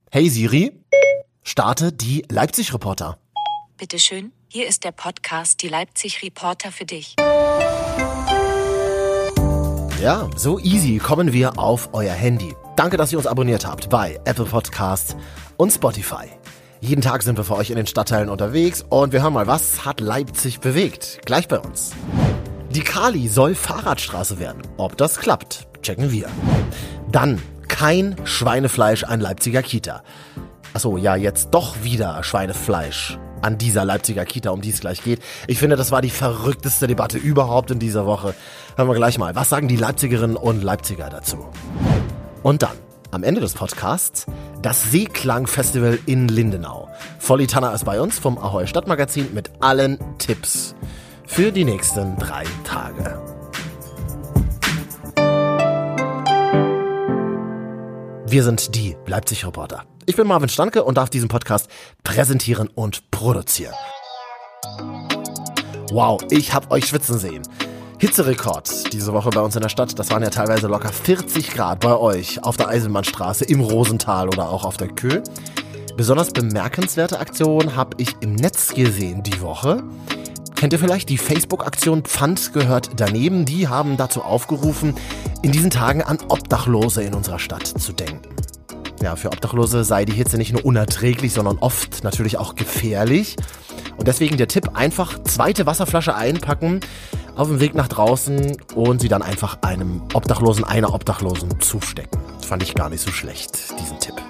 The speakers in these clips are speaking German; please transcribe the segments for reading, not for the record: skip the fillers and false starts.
Hey Siri, starte die Leipzig-Reporter. Bitteschön, hier ist der Podcast Die Leipzig-Reporter für dich. Ja, so easy kommen wir auf euer Handy. Danke, dass ihr uns abonniert habt bei Apple Podcasts und Spotify. Jeden Tag sind wir für euch in den Stadtteilen unterwegs und wir hören mal, was hat Leipzig bewegt. Gleich bei uns. Die Kali soll Fahrradstraße werden. Ob das klappt, checken wir. Dann kein Schweinefleisch an Leipziger Kita. Achso, ja, jetzt doch wieder Schweinefleisch an dieser Leipziger Kita, um die es gleich geht. Ich finde, das war die verrückteste Debatte überhaupt in dieser Woche. Hören wir gleich mal. Was sagen die Leipzigerinnen und Leipziger dazu? Und dann, am Ende des Podcasts, das Seeklang-Festival in Lindenau. Volli Tanner ist bei uns vom Ahoi Stadtmagazin mit allen Tipps für die nächsten 3 Tage. Wir sind die Leipzig-Reporter. Ich bin Marvin Stanke und darf diesen Podcast präsentieren und produzieren. Wow, ich hab euch schwitzen sehen. Hitzerekord diese Woche bei uns in der Stadt. Das waren ja teilweise locker 40 Grad bei euch auf der Eisenbahnstraße, im Rosental oder auch auf der Köh. Besonders bemerkenswerte Aktion habe ich im Netz gesehen die Woche. Kennt ihr vielleicht die Facebook-Aktion Pfand gehört daneben? Die haben dazu aufgerufen, in diesen Tagen an Obdachlose in unserer Stadt zu denken. Ja, für Obdachlose sei die Hitze nicht nur unerträglich, sondern oft natürlich auch gefährlich. Und deswegen der Tipp, einfach zweite Wasserflasche einpacken auf dem Weg nach draußen und sie dann einfach einer Obdachlosen zustecken. Das fand ich gar nicht so schlecht, diesen Tipp.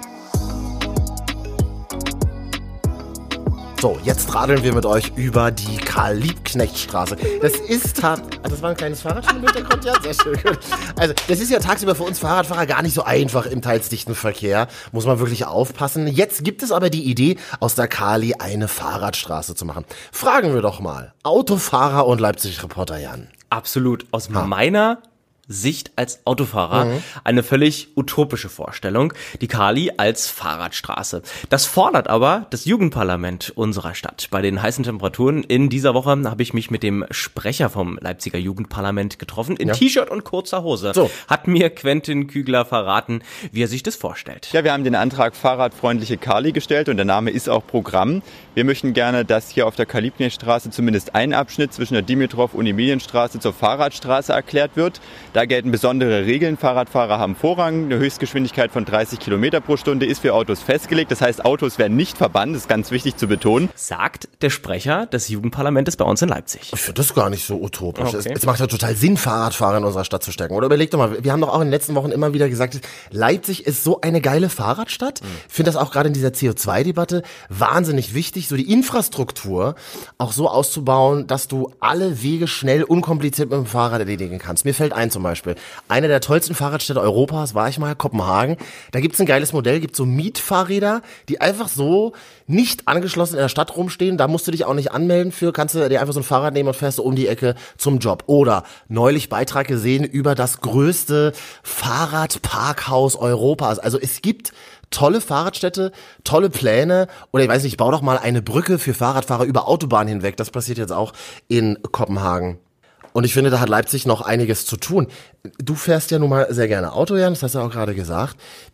So, jetzt radeln wir mit euch über die Karl-Liebknecht-Straße. Das war ein kleines Fahrrad schon im Hintergrund, ja? Sehr schön. Gut. Also, das ist ja tagsüber für uns Fahrradfahrer gar nicht so einfach im teils dichten Verkehr. Muss man wirklich aufpassen. Jetzt gibt es aber die Idee, aus der Kali eine Fahrradstraße zu machen. Fragen wir doch mal. Autofahrer und Leipzig-Reporter Jan. Absolut. Aus meiner Sicht als Autofahrer eine völlig utopische Vorstellung, die Kali als Fahrradstraße. Das fordert aber das Jugendparlament unserer Stadt. Bei den heißen Temperaturen in dieser Woche habe ich mich mit dem Sprecher vom Leipziger Jugendparlament getroffen, in T-Shirt und kurzer Hose. So. Hat mir Quentin Kügler verraten, wie er sich das vorstellt. Ja, wir haben den Antrag Fahrradfreundliche Kali gestellt und der Name ist auch Programm. Wir möchten gerne, dass hier auf der Karl-Liebknecht-Straße zumindest ein Abschnitt zwischen der Dimitrov- und Emilienstraße zur Fahrradstraße erklärt wird. Da gelten besondere Regeln. Fahrradfahrer haben Vorrang. Eine Höchstgeschwindigkeit von 30 Kilometer pro Stunde ist für Autos festgelegt. Das heißt, Autos werden nicht verbannt. Das ist ganz wichtig zu betonen. Sagt der Sprecher des Jugendparlamentes bei uns in Leipzig. Ich finde das gar nicht so utopisch. Okay. Es macht ja total Sinn, Fahrradfahrer in unserer Stadt zu stärken. Oder überleg doch mal, wir haben doch auch in den letzten Wochen immer wieder gesagt, Leipzig ist so eine geile Fahrradstadt. Ich finde das auch gerade in dieser CO2-Debatte wahnsinnig wichtig, so die Infrastruktur auch so auszubauen, dass du alle Wege schnell, unkompliziert mit dem Fahrrad erledigen kannst. Mir fällt ein zum Beispiel, eine der tollsten Fahrradstädte Europas, war ich mal, Kopenhagen. Da gibt's ein geiles Modell, gibt so Mietfahrräder, die einfach so nicht angeschlossen in der Stadt rumstehen. Da musst du dich auch nicht anmelden für, kannst du dir einfach so ein Fahrrad nehmen und fährst so um die Ecke zum Job. Oder neulich Beitrag gesehen über das größte Fahrradparkhaus Europas. Also es gibt tolle Fahrradstädte, tolle Pläne, oder ich weiß nicht, ich baue doch mal eine Brücke für Fahrradfahrer über Autobahn hinweg. Das passiert jetzt auch in Kopenhagen. Und ich finde, da hat Leipzig noch einiges zu tun. Du fährst ja nun mal sehr gerne Auto, Jan, das hast du auch gerade gesagt.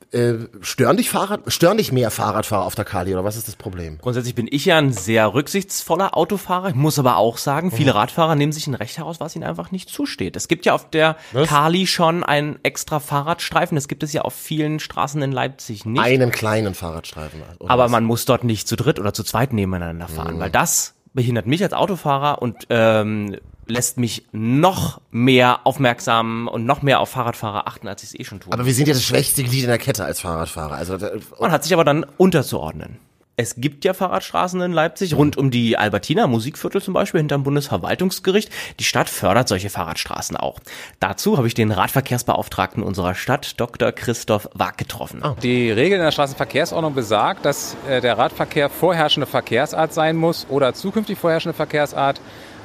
Stören dich mehr Fahrradfahrer auf der Kali, oder was ist das Problem? Grundsätzlich bin ich ja ein sehr rücksichtsvoller Autofahrer. Ich muss aber auch sagen, viele Radfahrer nehmen sich ein Recht heraus, was ihnen einfach nicht zusteht. Es gibt ja auf der Kali schon einen extra Fahrradstreifen. Das gibt es ja auf vielen Straßen in Leipzig nicht. Einen kleinen Fahrradstreifen. Aber man muss dort nicht zu dritt oder zu zweit nebeneinander fahren, weil das behindert mich als Autofahrer und lässt mich noch mehr aufmerksam und noch mehr auf Fahrradfahrer achten, als ich es schon tue. Aber wir sind ja das schwächste Glied in der Kette als Fahrradfahrer. Also man hat sich aber dann unterzuordnen. Es gibt ja Fahrradstraßen in Leipzig, rund um die Albertiner Musikviertel zum Beispiel, hinterm Bundesverwaltungsgericht. Die Stadt fördert solche Fahrradstraßen auch. Dazu habe ich den Radverkehrsbeauftragten unserer Stadt, Dr. Christoph Wag, getroffen. Die Regel in der Straßenverkehrsordnung besagt, dass der Radverkehr vorherrschende Verkehrsart sein muss oder zukünftig vorherrschende Verkehrsart.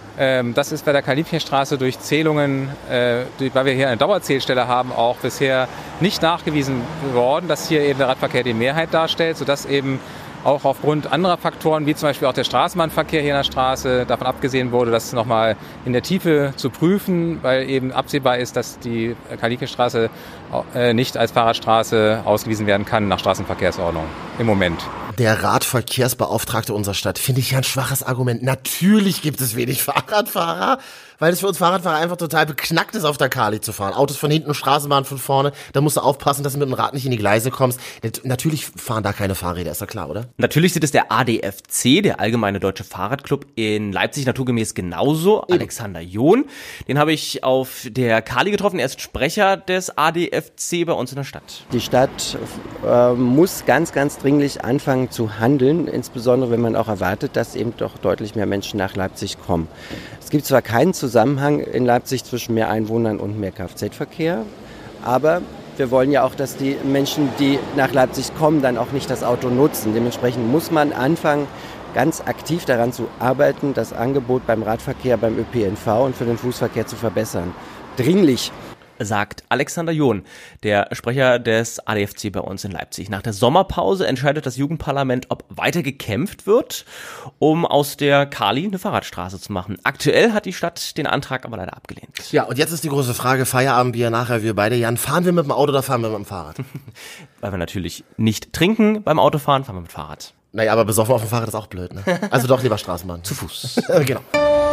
Das ist bei der Karl-Liebknecht-Straße durch Zählungen, weil wir hier eine Dauerzählstelle haben, auch bisher nicht nachgewiesen worden, dass hier eben der Radverkehr die Mehrheit darstellt, sodass eben auch aufgrund anderer Faktoren, wie zum Beispiel auch der Straßenbahnverkehr hier in der Straße, davon abgesehen wurde, das nochmal in der Tiefe zu prüfen, weil eben absehbar ist, dass die Karl-Liebknecht-Straße nicht als Fahrradstraße ausgewiesen werden kann nach Straßenverkehrsordnung im Moment. Der Radverkehrsbeauftragte unserer Stadt, finde ich ja ein schwaches Argument. Natürlich gibt es wenig Fahrradfahrer, weil es für uns Fahrradfahrer einfach total beknackt ist, auf der Kali zu fahren. Autos von hinten, Straßenbahn von vorne, da musst du aufpassen, dass du mit dem Rad nicht in die Gleise kommst. Natürlich fahren da keine Fahrräder, ist ja klar, oder? Natürlich sieht es der ADFC, der Allgemeine Deutsche Fahrradclub in Leipzig, naturgemäß genauso. Eben. Alexander John, den habe ich auf der Kali getroffen, er ist Sprecher des ADFC bei uns in der Stadt. Die Stadt muss ganz, ganz dringlich anfangen zu handeln, insbesondere wenn man auch erwartet, dass eben doch deutlich mehr Menschen nach Leipzig kommen. Es gibt zwar keinen Zusammenhang in Leipzig zwischen mehr Einwohnern und mehr Kfz-Verkehr, aber wir wollen ja auch, dass die Menschen, die nach Leipzig kommen, dann auch nicht das Auto nutzen. Dementsprechend muss man anfangen, ganz aktiv daran zu arbeiten, das Angebot beim Radverkehr, beim ÖPNV und für den Fußverkehr zu verbessern. Dringlich. Sagt Alexander John, der Sprecher des ADFC bei uns in Leipzig. Nach der Sommerpause entscheidet das Jugendparlament, ob weiter gekämpft wird, um aus der Kali eine Fahrradstraße zu machen. Aktuell hat die Stadt den Antrag aber leider abgelehnt. Ja, und jetzt ist die große Frage, Feierabendbier nachher, wir beide, Jan, fahren wir mit dem Auto oder fahren wir mit dem Fahrrad? Weil wir natürlich nicht trinken beim Autofahren, fahren wir mit Fahrrad. Naja, aber besoffen auf dem Fahrrad ist auch blöd, ne? Also doch lieber Straßenbahn. Zu Fuß. Genau.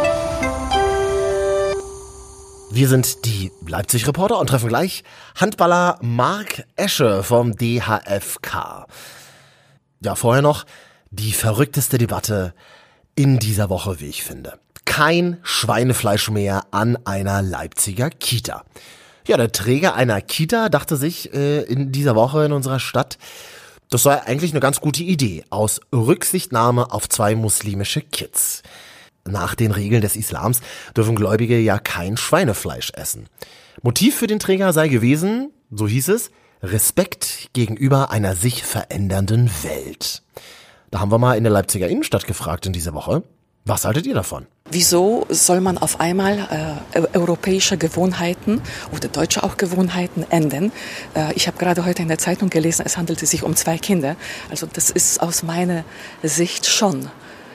Wir sind die Leipzig-Reporter und treffen gleich Handballer Marc Esche vom DHFK. Ja, vorher noch die verrückteste Debatte in dieser Woche, wie ich finde. Kein Schweinefleisch mehr an einer Leipziger Kita. Ja, der Träger einer Kita dachte sich in dieser Woche in unserer Stadt, das sei eigentlich eine ganz gute Idee, aus Rücksichtnahme auf 2 muslimische Kids. Nach den Regeln des Islams dürfen Gläubige ja kein Schweinefleisch essen. Motiv für den Träger sei gewesen, so hieß es, Respekt gegenüber einer sich verändernden Welt. Da haben wir mal in der Leipziger Innenstadt gefragt in dieser Woche. Was haltet ihr davon? Wieso soll man auf einmal europäische Gewohnheiten oder deutsche auch Gewohnheiten ändern? Ich habe gerade heute in der Zeitung gelesen, es handelte sich um 2 Kinder. Also das ist aus meiner Sicht schon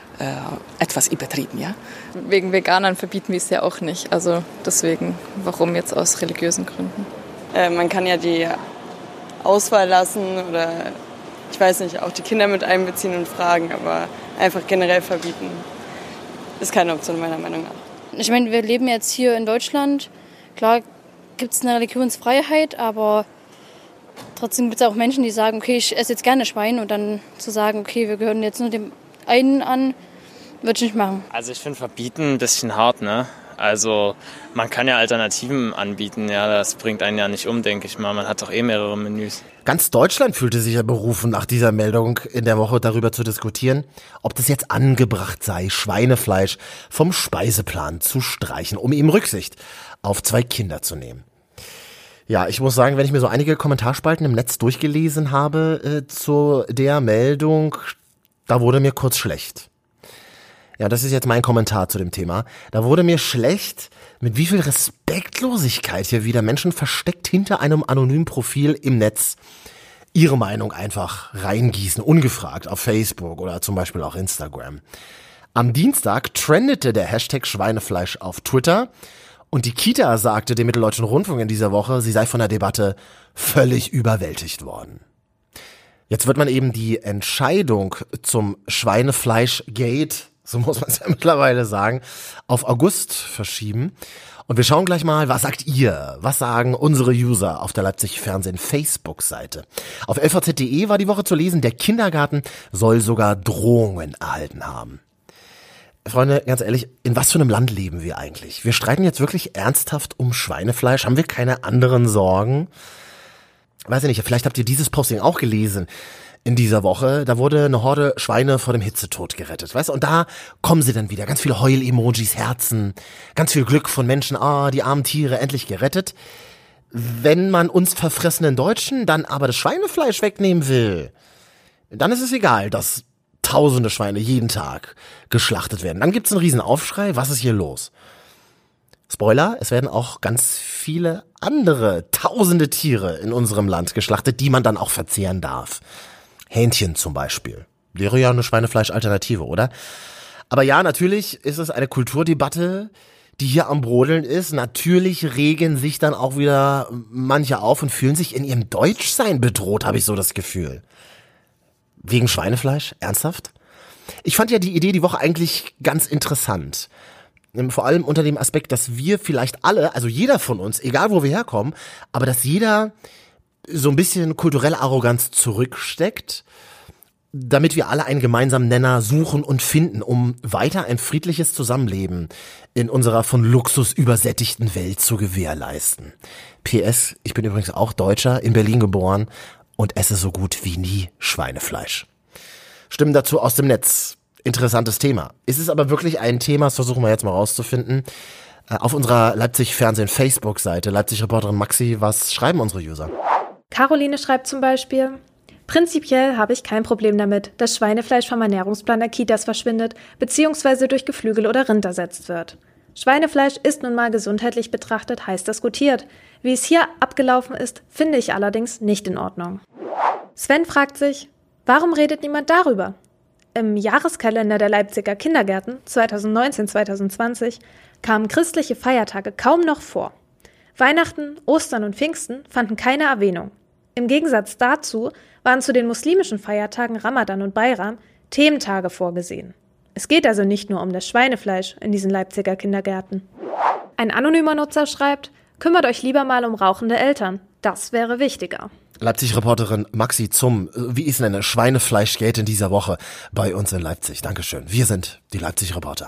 etwas übertrieben, ja? Wegen Veganern verbieten wir es ja auch nicht. Also deswegen, warum jetzt aus religiösen Gründen? Man kann ja die Auswahl lassen oder, ich weiß nicht, auch die Kinder mit einbeziehen und fragen, aber einfach generell verbieten ist keine Option meiner Meinung nach. Ich meine, wir leben jetzt hier in Deutschland. Klar gibt es eine Religionsfreiheit, aber trotzdem gibt es auch Menschen, die sagen, okay, ich esse jetzt gerne Schwein und dann zu sagen, okay, wir gehören jetzt nur dem einen an, würde ich nicht machen. Also ich finde verbieten ein bisschen hart, ne? Also man kann ja Alternativen anbieten, ja, das bringt einen ja nicht um, denke ich mal. Man hat doch eh mehrere Menüs. Ganz Deutschland fühlte sich ja berufen, nach dieser Meldung in der Woche darüber zu diskutieren, ob das jetzt angebracht sei, Schweinefleisch vom Speiseplan zu streichen, um ihm Rücksicht auf 2 Kinder zu nehmen. Ja, ich muss sagen, wenn ich mir so einige Kommentarspalten im Netz durchgelesen habe zu der Meldung, da wurde mir kurz schlecht. Ja, das ist jetzt mein Kommentar zu dem Thema. Da wurde mir schlecht, mit wie viel Respektlosigkeit hier wieder Menschen versteckt hinter einem anonymen Profil im Netz ihre Meinung einfach reingießen, ungefragt auf Facebook oder zum Beispiel auch Instagram. Am Dienstag trendete der Hashtag Schweinefleisch auf Twitter und die Kita sagte dem Mitteldeutschen Rundfunk in dieser Woche, sie sei von der Debatte völlig überwältigt worden. Jetzt wird man eben die Entscheidung zum Schweinefleisch-Gate, so muss man es ja mittlerweile sagen, auf August verschieben. Und wir schauen gleich mal, was sagt ihr? Was sagen unsere User auf der Leipzig Fernsehen Facebook-Seite? Auf lvz.de war die Woche zu lesen, der Kindergarten soll sogar Drohungen erhalten haben. Freunde, ganz ehrlich, in was für einem Land leben wir eigentlich? Wir streiten jetzt wirklich ernsthaft um Schweinefleisch. Haben wir keine anderen Sorgen? Weiß ich nicht, vielleicht habt ihr dieses Posting auch gelesen in dieser Woche. Da wurde eine Horde Schweine vor dem Hitzetod gerettet, weißt du? Und da kommen sie dann wieder. Ganz viele Heul-Emojis, Herzen, ganz viel Glück von Menschen. Die armen Tiere, endlich gerettet. Wenn man uns verfressenen Deutschen dann aber das Schweinefleisch wegnehmen will, dann ist es egal, dass tausende Schweine jeden Tag geschlachtet werden. Dann gibt's einen riesen Aufschrei. Was ist hier los? Spoiler, es werden auch ganz viele andere tausende Tiere in unserem Land geschlachtet, die man dann auch verzehren darf. Hähnchen zum Beispiel. Wäre ja eine Schweinefleisch-Alternative, oder? Aber ja, natürlich ist es eine Kulturdebatte, die hier am Brodeln ist. Natürlich regen sich dann auch wieder manche auf und fühlen sich in ihrem Deutschsein bedroht, habe ich so das Gefühl. Wegen Schweinefleisch? Ernsthaft? Ich fand ja die Idee die Woche eigentlich ganz interessant. Vor allem unter dem Aspekt, dass wir vielleicht alle, also jeder von uns, egal wo wir herkommen, aber dass jeder so ein bisschen kulturelle Arroganz zurücksteckt, damit wir alle einen gemeinsamen Nenner suchen und finden, um weiter ein friedliches Zusammenleben in unserer von Luxus übersättigten Welt zu gewährleisten. PS, ich bin übrigens auch Deutscher, in Berlin geboren und esse so gut wie nie Schweinefleisch. Stimmen dazu aus dem Netz. Interessantes Thema. Ist es aber wirklich ein Thema, das versuchen wir jetzt mal rauszufinden. Auf unserer Leipzig-Fernsehen-Facebook-Seite, Leipzig-Reporterin Maxi, was schreiben unsere User? Caroline schreibt zum Beispiel: Prinzipiell habe ich kein Problem damit, dass Schweinefleisch vom Ernährungsplan der Kitas verschwindet bzw. durch Geflügel oder Rind ersetzt wird. Schweinefleisch ist nun mal gesundheitlich betrachtet heiß diskutiert. Wie es hier abgelaufen ist, finde ich allerdings nicht in Ordnung. Sven fragt sich, warum redet niemand darüber? Im Jahreskalender der Leipziger Kindergärten 2019-2020 kamen christliche Feiertage kaum noch vor. Weihnachten, Ostern und Pfingsten fanden keine Erwähnung. Im Gegensatz dazu waren zu den muslimischen Feiertagen Ramadan und Bayram Thementage vorgesehen. Es geht also nicht nur um das Schweinefleisch in diesen Leipziger Kindergärten. Ein anonymer Nutzer schreibt, kümmert euch lieber mal um rauchende Eltern. Das wäre wichtiger. Leipzig-Reporterin Maxi zum, wie ist denn eine Schweinefleischgate in dieser Woche bei uns in Leipzig? Dankeschön. Wir sind die Leipzig-Reporter.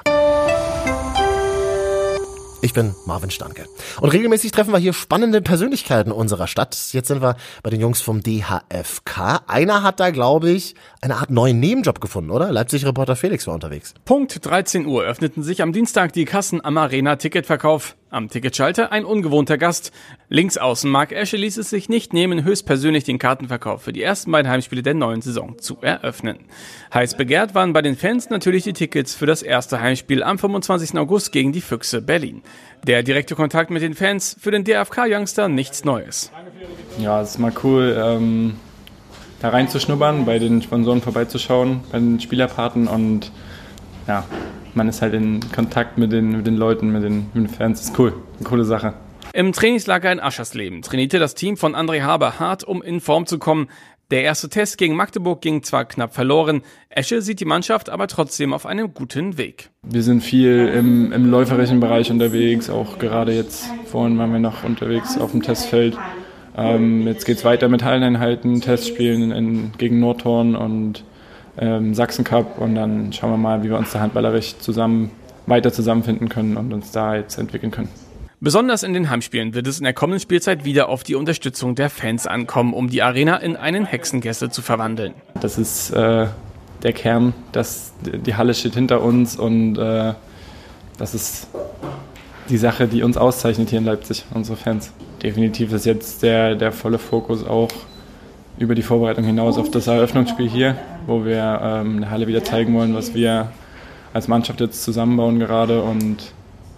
Ich bin Marvin Stanke. Und regelmäßig treffen wir hier spannende Persönlichkeiten unserer Stadt. Jetzt sind wir bei den Jungs vom DHFK. Einer hat da, glaube ich, eine Art neuen Nebenjob gefunden, oder? Leipzig-Reporter Felix war unterwegs. Punkt 13 Uhr öffneten sich am Dienstag die Kassen am Arena-Ticketverkauf. Am Ticketschalter ein ungewohnter Gast. Links außen Marc Esche ließ es sich nicht nehmen, höchstpersönlich den Kartenverkauf für die ersten beiden Heimspiele der neuen Saison zu eröffnen. Heiß begehrt waren bei den Fans natürlich die Tickets für das erste Heimspiel am 25. August gegen die Füchse Berlin. Der direkte Kontakt mit den Fans, für den DHFK-Youngster nichts Neues. Ja, es ist mal cool, da reinzuschnuppern, bei den Sponsoren vorbeizuschauen, bei den Spielerpaten und ja, man ist halt in Kontakt mit den Leuten, mit den Fans. Das ist cool, eine coole Sache. Im Trainingslager in Aschersleben trainierte das Team von André Haber hart, um in Form zu kommen. Der erste Test gegen Magdeburg ging zwar knapp verloren, Esche sieht die Mannschaft aber trotzdem auf einem guten Weg. Wir sind viel im läuferischen Bereich unterwegs, auch gerade jetzt vorhin waren wir noch unterwegs auf dem Testfeld. Jetzt geht's weiter mit Halleneinheiten, Testspielen gegen Nordhorn und Sachsen Cup und dann schauen wir mal, wie wir uns da handballerisch weiter zusammenfinden können und uns da jetzt entwickeln können. Besonders in den Heimspielen wird es in der kommenden Spielzeit wieder auf die Unterstützung der Fans ankommen, um die Arena in einen Hexenkessel zu verwandeln. Das ist der Kern, die Halle steht hinter uns und das ist die Sache, die uns auszeichnet hier in Leipzig, unsere Fans. Definitiv ist jetzt der volle Fokus auch über die Vorbereitung hinaus auf das Eröffnungsspiel hier, wo wir in der Halle wieder zeigen wollen, was wir als Mannschaft jetzt zusammenbauen gerade und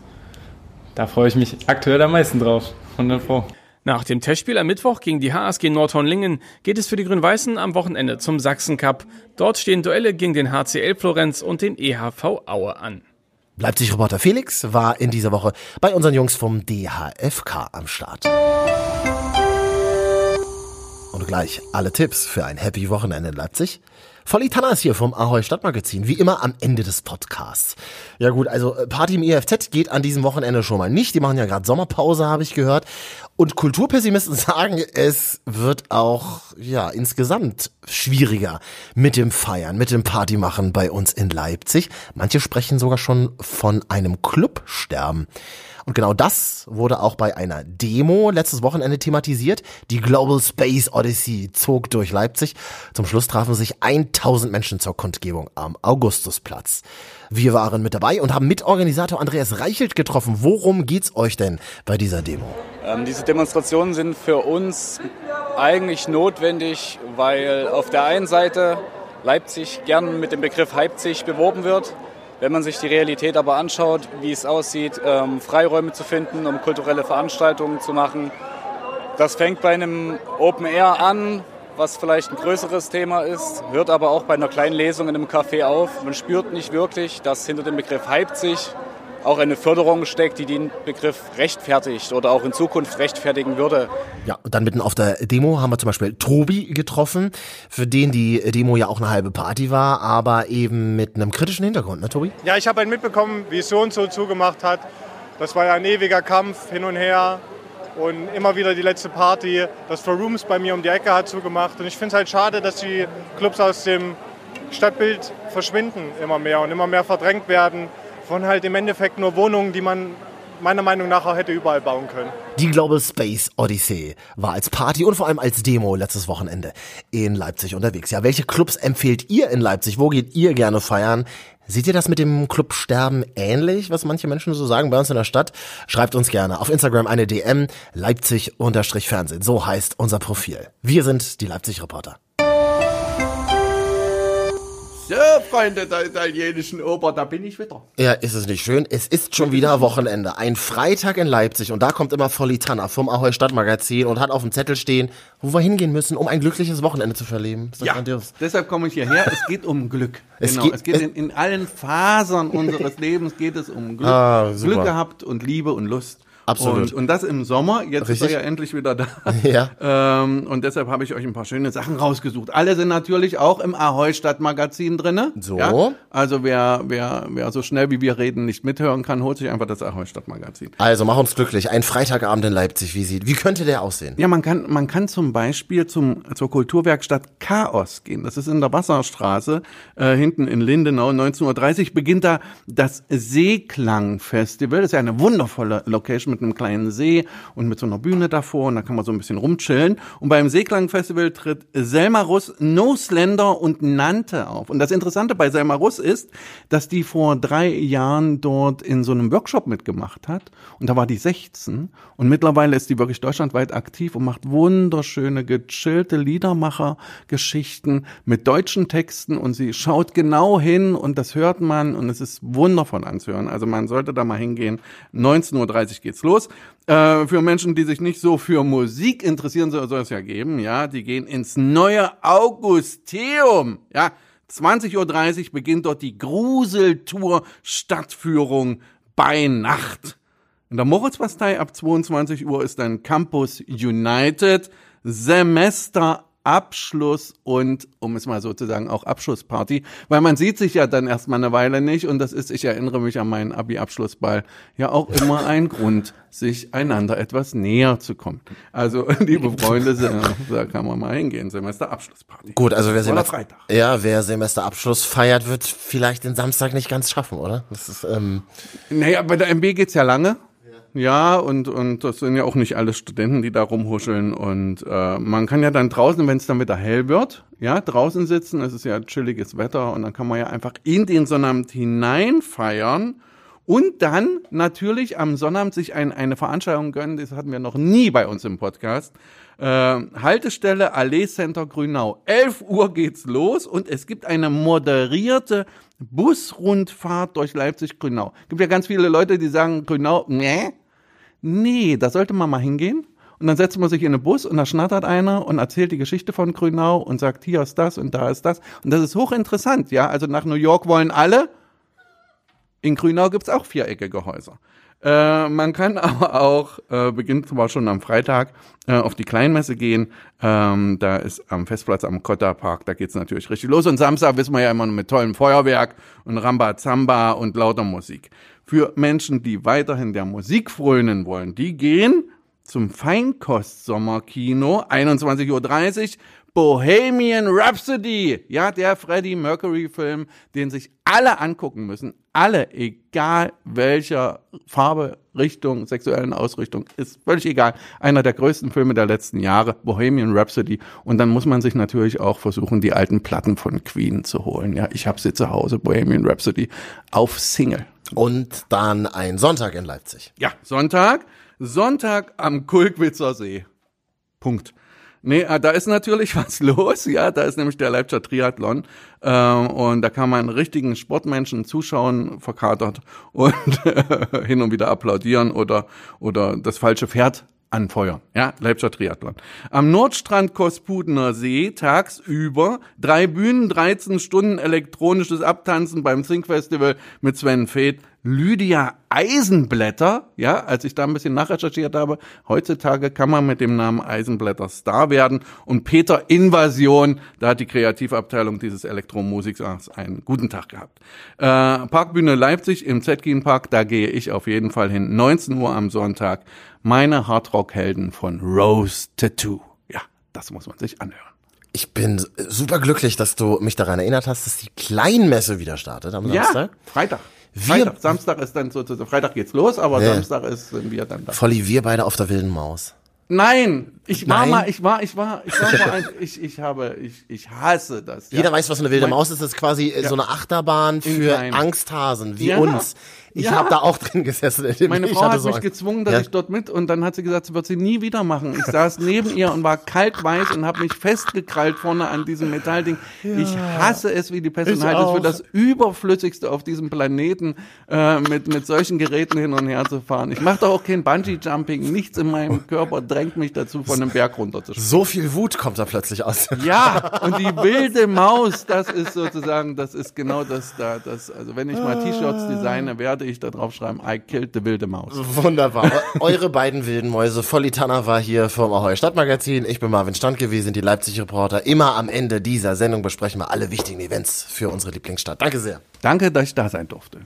da freue ich mich aktuell am meisten drauf. 100%. Nach dem Testspiel am Mittwoch gegen die HSG Nordhorn-Lingen geht es für die Grün-Weißen am Wochenende zum Sachsen-Cup. Dort stehen Duelle gegen den HCL Florenz und den EHV Aue an. Leipzig-Reporter Felix war in dieser Woche bei unseren Jungs vom DHFK am Start. Und gleich alle Tipps für ein Happy Wochenende in Leipzig. Volli Tannas hier vom Ahoi Stadtmagazin, wie immer am Ende des Podcasts. Ja gut, also Party im EFZ geht an diesem Wochenende schon mal nicht. Die machen ja gerade Sommerpause, habe ich gehört. Und Kulturpessimisten sagen, es wird auch ja insgesamt schwieriger mit dem Feiern, mit dem Partymachen bei uns in Leipzig. Manche sprechen sogar schon von einem Clubsterben. Und genau das wurde auch bei einer Demo letztes Wochenende thematisiert. Die Global Space Odyssey zog durch Leipzig. Zum Schluss trafen sich 1000 Menschen zur Kundgebung am Augustusplatz. Wir waren mit dabei und haben Mitorganisator Andreas Reichelt getroffen. Worum geht's euch denn bei dieser Demo? Diese Demonstrationen sind für uns eigentlich notwendig, weil auf der einen Seite Leipzig gern mit dem Begriff Leipzig beworben wird. Wenn man sich die Realität aber anschaut, wie es aussieht, Freiräume zu finden, um kulturelle Veranstaltungen zu machen. Das fängt bei einem Open Air an, was vielleicht ein größeres Thema ist, hört aber auch bei einer kleinen Lesung in einem Café auf. Man spürt nicht wirklich, dass hinter dem Begriff Leipzig auch eine Förderung steckt, die den Begriff rechtfertigt oder auch in Zukunft rechtfertigen würde. Ja, und dann mitten auf der Demo haben wir zum Beispiel Tobi getroffen, für den die Demo ja auch eine halbe Party war, aber eben mit einem kritischen Hintergrund, ne Tobi? Ja, ich habe halt mitbekommen, wie es so und so zugemacht hat. Das war ja ein ewiger Kampf hin und her und immer wieder die letzte Party. Das For Rooms bei mir um die Ecke hat zugemacht und ich finde es halt schade, dass die Clubs aus dem Stadtbild verschwinden immer mehr und immer mehr verdrängt werden von halt im Endeffekt nur Wohnungen, die man meiner Meinung nach auch hätte überall bauen können. Die Global Space Odyssey war als Party und vor allem als Demo letztes Wochenende in Leipzig unterwegs. Ja, welche Clubs empfehlt ihr in Leipzig? Wo geht ihr gerne feiern? Seht ihr das mit dem Clubsterben ähnlich, was manche Menschen so sagen bei uns in der Stadt? Schreibt uns gerne auf Instagram eine DM, Leipzig_Fernsehen. So heißt unser Profil. Wir sind die Leipzig-Reporter. So, Freunde der italienischen Oper, da bin ich wieder. Ja, ist es nicht schön? Es ist schon wieder Wochenende. Ein Freitag in Leipzig und da kommt immer Volitana vom Ahoi Stadtmagazin und hat auf dem Zettel stehen, wo wir hingehen müssen, um ein glückliches Wochenende zu verleben. Ja, deshalb komme ich hierher. Es geht um Glück. Es geht in allen Fasern unseres Lebens geht es um Glück. Glück gehabt und Liebe und Lust. Absolut. Und das im Sommer, jetzt Richtig? ist er ja endlich wieder da. Ja. Und deshalb habe ich euch ein paar schöne Sachen rausgesucht. Alle sind natürlich auch im Ahoi Stadtmagazin drinne. So. Ja? Also wer so schnell wie wir reden nicht mithören kann, holt sich einfach das Ahoi Stadtmagazin. Also mach uns glücklich. Ein Freitagabend in Leipzig, wie könnte der aussehen? Ja, man kann zum Beispiel zur Kulturwerkstatt Chaos gehen. Das ist in der Wasserstraße, hinten in Lindenau. 19:30 Uhr beginnt da das Seeklang-Festival. Das ist ja eine wundervolle Location mit einem kleinen See und mit so einer Bühne davor und da kann man so ein bisschen rumchillen. Und beim Seeklang-Festival tritt Selma Russ, No Slender und Nante auf. Und das Interessante bei Selma Russ ist, dass die vor 3 Jahren dort in so einem Workshop mitgemacht hat und da war die 16 und mittlerweile ist die wirklich deutschlandweit aktiv und macht wunderschöne, gechillte Liedermacher-Geschichten mit deutschen Texten und sie schaut genau hin und das hört man und es ist wundervoll anzuhören. Also man sollte da mal hingehen. 19:30 Uhr geht's los. Für Menschen, die sich nicht so für Musik interessieren, soll es ja geben, ja, die gehen ins neue Augusteum, ja. 20:30 Uhr beginnt dort die Gruseltour Stadtführung bei Nacht. In der Moritzbastei ab 22 Uhr ist dann Campus United, Semesterabschluss und, um es mal so zu sagen, auch Abschlussparty, weil man sieht sich ja dann erstmal eine Weile nicht und das ist, ich erinnere mich an meinen Abi-Abschlussball, ja auch immer ein Grund, sich einander etwas näher zu kommen. Also, liebe Freunde, da kann man mal hingehen, Semesterabschlussparty. Gut, also wer Semesterabschluss feiert, wird vielleicht den Samstag nicht ganz schaffen, oder? Das ist, Naja, bei der MB geht's ja lange. Ja, und das sind ja auch nicht alle Studenten, die da rumhuscheln und man kann ja dann draußen, wenn es dann wieder hell wird, ja, draußen sitzen, es ist ja chilliges Wetter und dann kann man ja einfach in den Sonnabend hinein feiern und dann natürlich am Sonnabend sich eine Veranstaltung gönnen, das hatten wir noch nie bei uns im Podcast. Haltestelle Allee Center Grünau. 11 Uhr geht's los und es gibt eine moderierte Busrundfahrt durch Leipzig-Grünau. Gibt ja ganz viele Leute, die sagen, Grünau, nee, da sollte man mal hingehen. Und dann setzt man sich in einen Bus und da schnattert einer und erzählt die Geschichte von Grünau und sagt, hier ist das und da ist das. Und das ist hochinteressant, ja. Also nach New York wollen alle. In Grünau gibt's auch viereckige Häuser. Man kann aber auch, beginnt zwar schon am Freitag, auf die Kleinmesse gehen. Da ist am Festplatz am Kotterpark, da geht's natürlich richtig los. Und Samstag wissen wir ja immer mit tollem Feuerwerk und Rambazamba und lauter Musik. Für Menschen, die weiterhin der Musik frönen wollen, die gehen zum Feinkost-Sommerkino, 21:30 Uhr, Bohemian Rhapsody, ja, der Freddie Mercury-Film, den sich alle angucken müssen. Alle, egal welcher Farbe, Richtung, sexuellen Ausrichtung, ist völlig egal. Einer der größten Filme der letzten Jahre, Bohemian Rhapsody. Und dann muss man sich natürlich auch versuchen, die alten Platten von Queen zu holen. Ja, ich habe sie zu Hause, Bohemian Rhapsody, auf Single. Und dann ein Sonntag in Leipzig. Ja, Sonntag am Kulkwitzer See. Punkt. Nee, da ist natürlich was los, ja, da ist nämlich der Leipziger Triathlon und da kann man richtigen Sportmenschen zuschauen, verkatert und hin und wieder applaudieren oder das falsche Pferd anfeuern. Ja, Leipziger Triathlon. Am Nordstrand Kospudener See tagsüber 3 Bühnen, 13 Stunden elektronisches Abtanzen beim Think Festival mit Sven Feth. Lydia Eisenblätter, ja, als ich da ein bisschen nachrecherchiert habe, heutzutage kann man mit dem Namen Eisenblätter Star werden. Und Peter Invasion, da hat die Kreativabteilung dieses Elektromusiksaals einen guten Tag gehabt. Parkbühne Leipzig im Zetkin Park, da gehe ich auf jeden Fall hin. 19 Uhr am Sonntag. Meine Hardrock-Helden von Rose Tattoo. Ja, das muss man sich anhören. Ich bin super glücklich, dass du mich daran erinnert hast, dass die Kleinmesse wieder startet am Samstag. Ja, Freitag. Samstag ist dann sozusagen, Freitag geht's los, aber Samstag sind wir dann da. Volli, wir beide auf der wilden Maus. Nein, ich hasse das. Ja. Jeder weiß, was eine wilde Maus ist. Das ist quasi so eine Achterbahn für Angsthasen, wie uns. Ich habe da auch drin gesessen. Meine Frau hat mich gezwungen, dass ich dort mit, und dann hat sie gesagt, sie wird sie nie wieder machen. Ich saß neben ihr und war kaltweiß und habe mich festgekrallt vorne an diesem Metallding. Ja. Ich hasse es wie die Pest und halte es für das Überflüssigste auf diesem Planeten, mit solchen Geräten hin und her zu fahren. Ich mache doch auch kein Bungee-Jumping. Nichts in meinem Körper drängt mich dazu, von einem Berg runterzuspringen. So viel Wut kommt da plötzlich aus. Ja, und die wilde Maus, das ist sozusagen, das ist genau das da. Also wenn ich mal T-Shirts designe, werde ich da drauf schreiben, I killed the wilde Maus. Wunderbar. Eure beiden wilden Mäuse. Volli Tanner war hier vom Ahoi Stadtmagazin. Ich bin Marvin Standke, wir sind die Leipzig-Reporter. Immer am Ende dieser Sendung besprechen wir alle wichtigen Events für unsere Lieblingsstadt. Danke sehr. Danke, dass ich da sein durfte.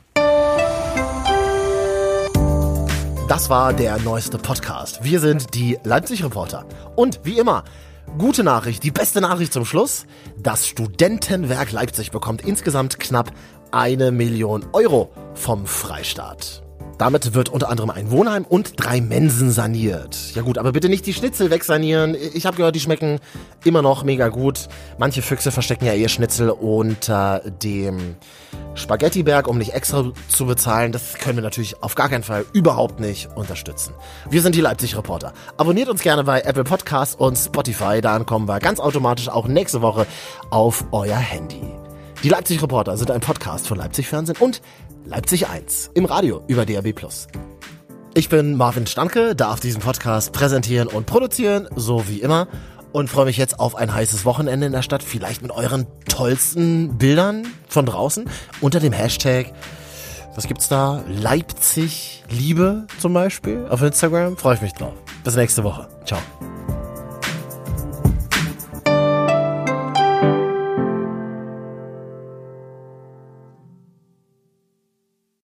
Das war der neueste Podcast. Wir sind die Leipzig-Reporter. Und wie immer, gute Nachricht, die beste Nachricht zum Schluss. Das Studentenwerk Leipzig bekommt insgesamt knapp 1 Million Euro vom Freistaat. Damit wird unter anderem ein Wohnheim und 3 Mensen saniert. Ja gut, aber bitte nicht die Schnitzel wegsanieren. Ich habe gehört, die schmecken immer noch mega gut. Manche Füchse verstecken ja ihr Schnitzel unter dem Spaghettiberg, um nicht extra zu bezahlen. Das können wir natürlich auf gar keinen Fall überhaupt nicht unterstützen. Wir sind die Leipzig-Reporter. Abonniert uns gerne bei Apple Podcasts und Spotify. Dann kommen wir ganz automatisch auch nächste Woche auf euer Handy. Die Leipzig-Reporter sind ein Podcast von Leipzig Fernsehen und Leipzig 1 im Radio über DRB+. Ich bin Marvin Standke, darf diesen Podcast präsentieren und produzieren, so wie immer, und freue mich jetzt auf ein heißes Wochenende in der Stadt, vielleicht mit euren tollsten Bildern von draußen unter dem Hashtag, was gibt's da? Leipzig Liebe zum Beispiel auf Instagram. Freue ich mich drauf. Bis nächste Woche. Ciao.